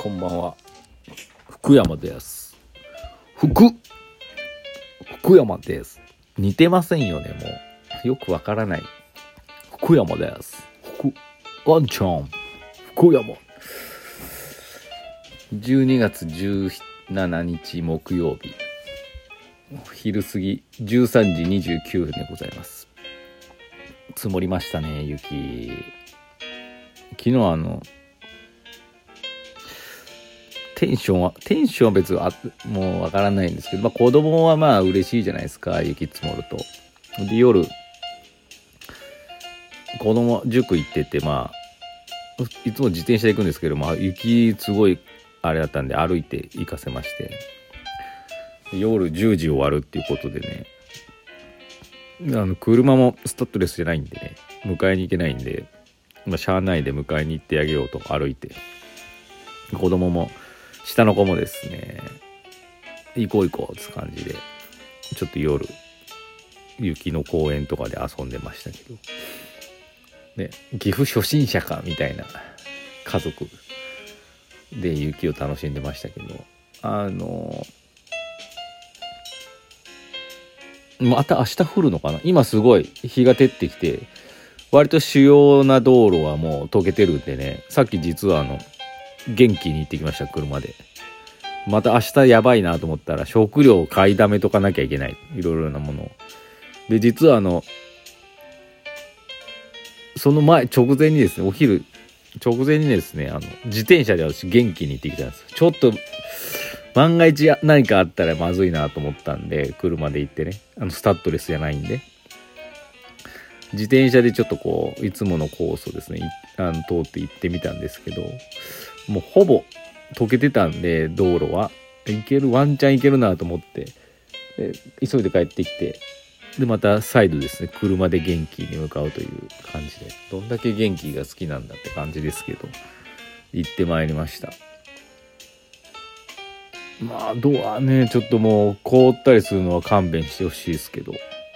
こんばんは。福山です。福山です。似てませんよね、もう。よくわからない。福山です。ワンちゃん。福山。12月17日木曜日。昼過ぎ13時29分でございます。積もりましたね、雪。昨日テンションは別にもうわからないんですけど、子供はまあ嬉しいじゃないですか、雪積もると。で、夜、子供塾行ってて、いつも自転車で行くんですけど、雪すごいあれだったんで歩いて行かせまして、夜10時終わるっていうことでね、車もスタッドレスじゃないんでね、迎えに行けないんで、しゃあないで迎えに行ってあげようと歩いて、子供も下の子もですね、行こうって感じで、ちょっと夜雪の公園とかで遊んでましたけどね、岐阜初心者かみたいな家族で雪を楽しんでましたけど、また明日降るのかな。今すごい日が照ってきて、割と主要な道路はもう溶けてるんでね、さっき実は元気に行ってきました、車で。また明日やばいなと思ったら、食料を買いだめとかなきゃいけない、いろいろなものを。で、実はその直前にですね、お昼直前にですね、自転車で私元気に行ってきたんです。ちょっと万が一何かあったらまずいなと思ったんで、車で行ってね、スタッドレスじゃないんで、自転車でちょっとこういつものコースをですね、通って行ってみたんですけど、もうほぼ溶けてたんで、道路はワンチャン行けるなと思って、急いで帰ってきて、でまた再度ですね、車で元気に向かうという感じで、どんだけ元気が好きなんだって感じですけど、行ってまいりました。ドアね、ちょっともう凍ったりするのは勘弁してほしいですけど、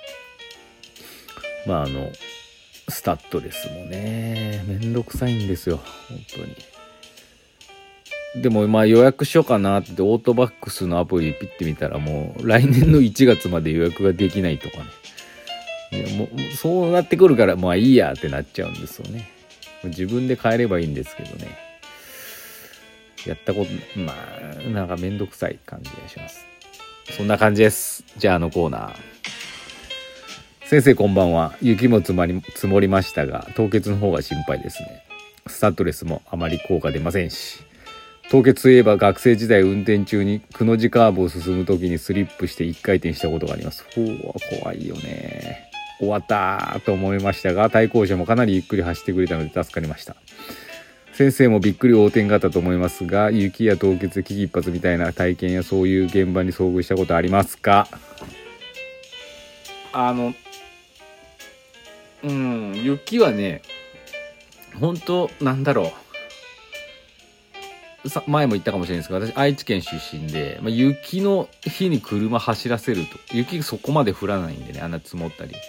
スタッドレスもね、めんどくさいんですよ、本当に。でも予約しようかなってオートバックスのアプリピッて見たら、もう来年の1月まで予約ができないとかね。もうそうなってくるからいいやってなっちゃうんですよね。自分で買えればいいんですけどね。やったことなんかめんどくさい感じがします。そんな感じです。じゃあコーナー。先生こんばんは。雪も積もりましたが、凍結の方が心配ですね。スタッドレスもあまり効果出ませんし。凍結といえば学生時代運転中にくの字カーブを進む時にスリップして1回転したことがあります。怖いよね。終わったと思いましたが、対向車もかなりゆっくり走ってくれたので助かりました。先生もびっくり横転があったと思いますが、雪や凍結で危機一髪みたいな体験やそういう現場に遭遇したことありますか？雪はね、本当なんだろう、前も言ったかもしれないですけど、私愛知県出身で、雪の日に車走らせると、雪そこまで降らないんでね、あんな積もったり、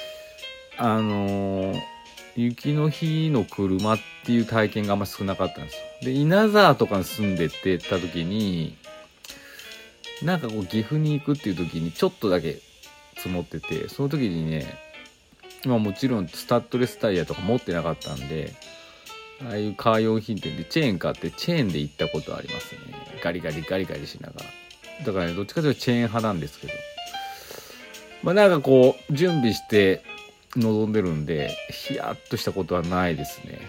雪の日の車っていう体験があんま少なかったんですよ。で、稲沢とかに住んでってた時に、なんか岐阜に行くっていう時にちょっとだけ積もってて、その時にね、もちろんスタッドレスタイヤとか持ってなかったんで、ああいうカー用品店でチェーン買ってチェーンで行ったことありますね。ガリガリしながら。だからね、どっちかというとチェーン派なんですけど、なんかこう準備して臨んでるんで、ヒヤッとしたことはないですね。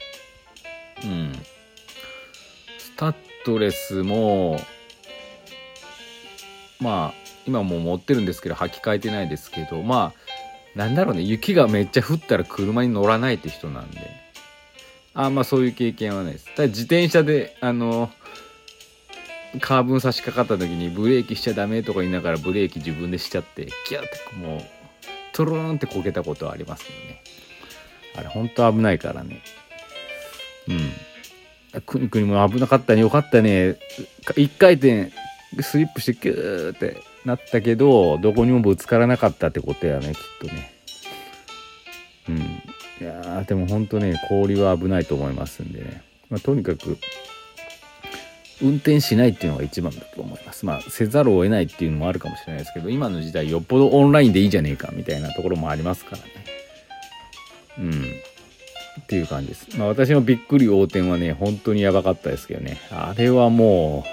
スタッドレスも今もう持ってるんですけど、履き替えてないですけど、なんだろうね、雪がめっちゃ降ったら車に乗らないって人なんで、そういう経験はないです。ただ自転車でカーブに差し掛かった時にブレーキしちゃダメとか言いながらブレーキ自分でしちゃって、ギュッてもうトゥルーンってこけたことはありますけどね。あれ本当危ないからね。くにくにも危なかったね、よかったね。一回転スリップしてキューってなったけど、どこにもぶつからなかったってことやね、きっとね。いやでも本当ね、氷は危ないと思いますんでね、とにかく運転しないっていうのが一番だと思います。まあせざるを得ないっていうのもあるかもしれないですけど、今の時代よっぽどオンラインでいいじゃねえかみたいなところもありますからね。っていう感じです。まあ私のびっくり横転はね本当にやばかったですけどね。あれはも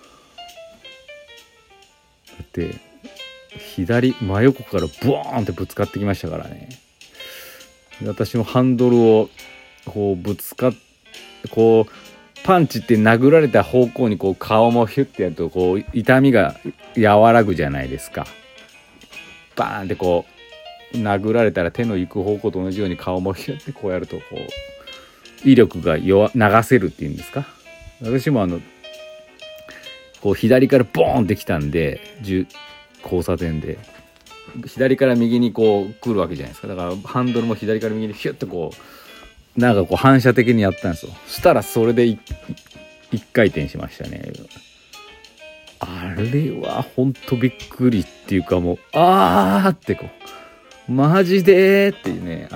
うだって左真横からブワーンってぶつかってきましたからね。私もハンドルをこうぶつかっこうパンチって殴られた方向にこう顔もヒュッてやるとこう痛みが和らぐじゃないですか。バーンってこう殴られたら手の行く方向と同じように顔もヒュッてこうやるとこう威力が流せるっていうんですか。私もこう左からボーンってきたんで交差点で左から右にこう来るわけじゃないですか。だからハンドルも左から右にヒュッてこうなんかこう反射的にやったんですよ。そしたらそれで一回転しましたね。あれはほんとびっくりっていうかもうってこうマジでっていうね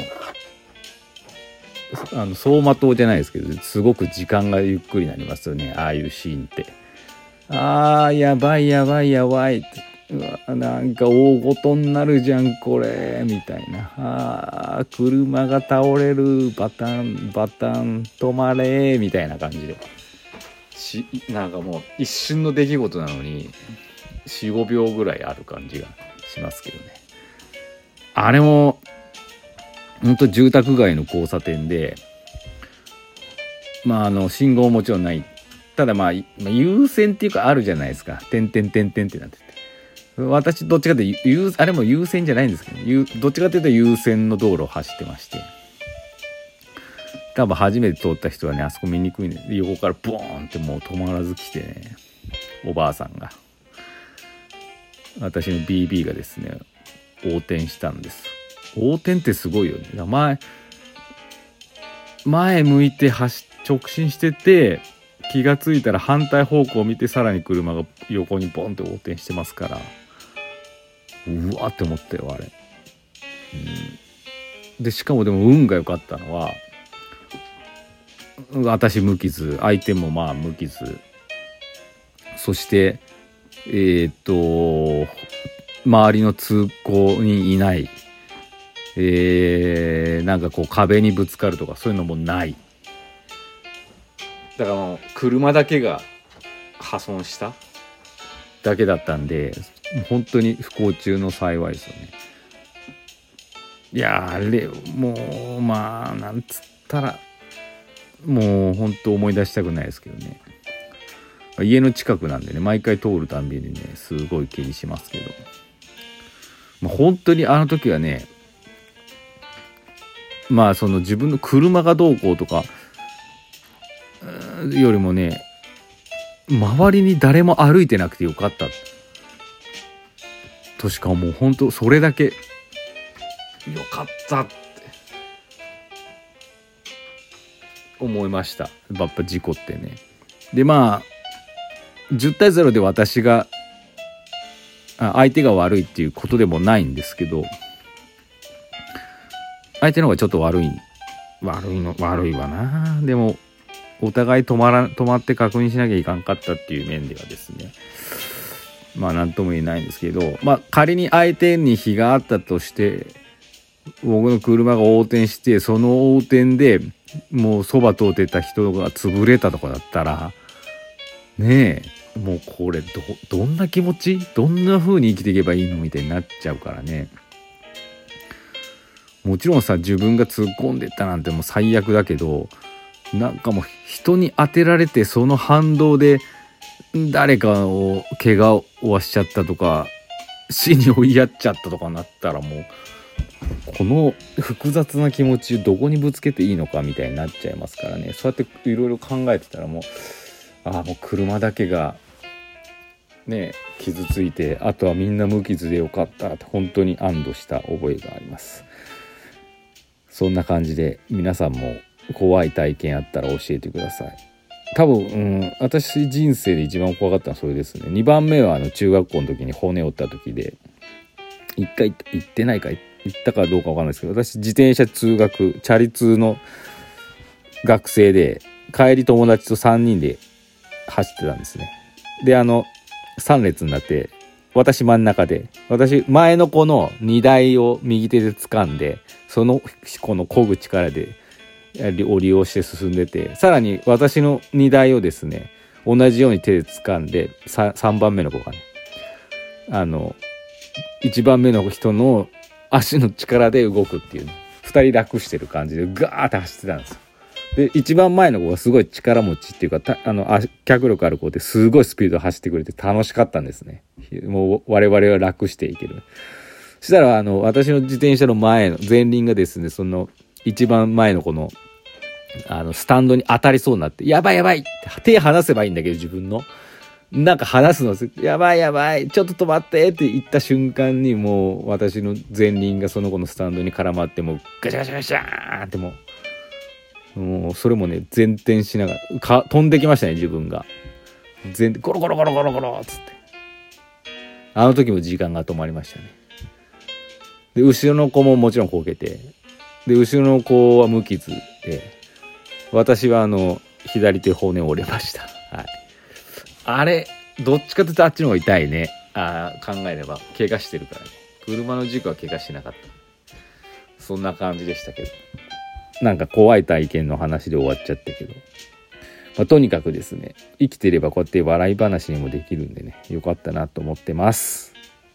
走馬灯じゃないですけどすごく時間がゆっくりになりますよね。ああいうシーンってやばいってうわなんか大ごとになるじゃんこれみたいな車が倒れるバタン止まれみたいな感じでなんかもう一瞬の出来事なのに 4,5 秒ぐらいある感じがしますけどね。あれもほんと住宅街の交差点で信号もちろんない。ただ優先っていうかあるじゃないですか。点ってなってて私どっちかというとあれも優先じゃないんですけどどっちかというと優先の道路を走ってまして多分初めて通った人はねあそこ見にくいね。横からボーンってもう止まらず来てねおばあさんが私の BB がですね横転したんです。横転ってすごいよね。前向いて直進してて気がついたら反対方向を見てさらに車が横にボンって横転してますからうわって思ったよあれ。でしかもでも運が良かったのは私無傷相手も無傷そして周りの通行にいないなんかこう壁にぶつかるとかそういうのもない。だからもう車だけが破損しただけだったんで本当に不幸中の幸いですよね。いやあれもうなんつったらもう本当思い出したくないですけどね。家の近くなんでね毎回通るたんびにねすごい気にしますけど本当にあの時はねその自分の車がどうこうとかよりもね周りに誰も歩いてなくてよかったとしかもう本当それだけよかったって思いました。やっぱ事故ってね。で10対0で私が相手が悪いっていうことでもないんですけど相手の方がちょっと悪いわな。でもお互い止まって確認しなきゃいかんかったっていう面ではですね何とも言えないんですけど仮に相手に非があったとして僕の車が横転してその横転でもうそば通ってた人が潰れたとかだったらねえもうこれどんな気持ちどんな風に生きていけばいいのみたいになっちゃうからね。もちろんさ自分が突っ込んでったなんてもう最悪だけどなんかもう人に当てられてその反動で誰かを怪我を負わしちゃったとか死に追いやっちゃったとかなったらもうこの複雑な気持ちどこにぶつけていいのかみたいになっちゃいますからね。そうやっていろいろ考えてたらもう車だけがね傷ついてあとはみんな無傷でよかったって本当に安堵した覚えがあります。そんな感じで皆さんも怖い体験あったら教えてください。多分、私人生で一番怖かったのはそれですね。2番目は中学校の時に骨折った時で1回行ってないか行ったかどうか分かんないですけど私自転車通学チャリ通の学生で帰り友達と3人で走ってたんですね。で3列になって、私真ん中で、私前の子の荷台を右手で掴んで、その子の漕ぐ力でを利用して進んでて、さらに私の荷台をですね、同じように手で掴んで 3番目の子がね、1番目の人の足の力で動くっていう、2人楽してる感じでガーって走ってたんですよ。で一番前の子がすごい力持ちっていうか、脚力ある子ですごいスピードで走ってくれて楽しかったんですね。もう我々は楽していける。そしたら私の自転車の前の前輪がですね、その一番前の子のスタンドに当たりそうになって、やばいやばいって手離せばいいんだけど、自分のなんか離すの、やばいやばいちょっと止まってって言った瞬間に、もう私の前輪がその子のスタンドに絡まって、もうガシャガシャガシャーンってもうそれもね前転しながら飛んできましたね、自分がゴロゴロゴロゴロゴロっつって、あの時も時間が止まりましたね。で後ろの子ももちろんこけて、で後ろの子は無傷で、私は左手骨折れました。はい。あれどっちかというとあっちの方が痛いね。考えれば怪我してるからね。車の事故は怪我しなかった。そんな感じでしたけど、なんか怖い体験の話で終わっちゃったけど、とにかくですね、生きていればこうやって笑い話にもできるんでね、よかったなと思ってます。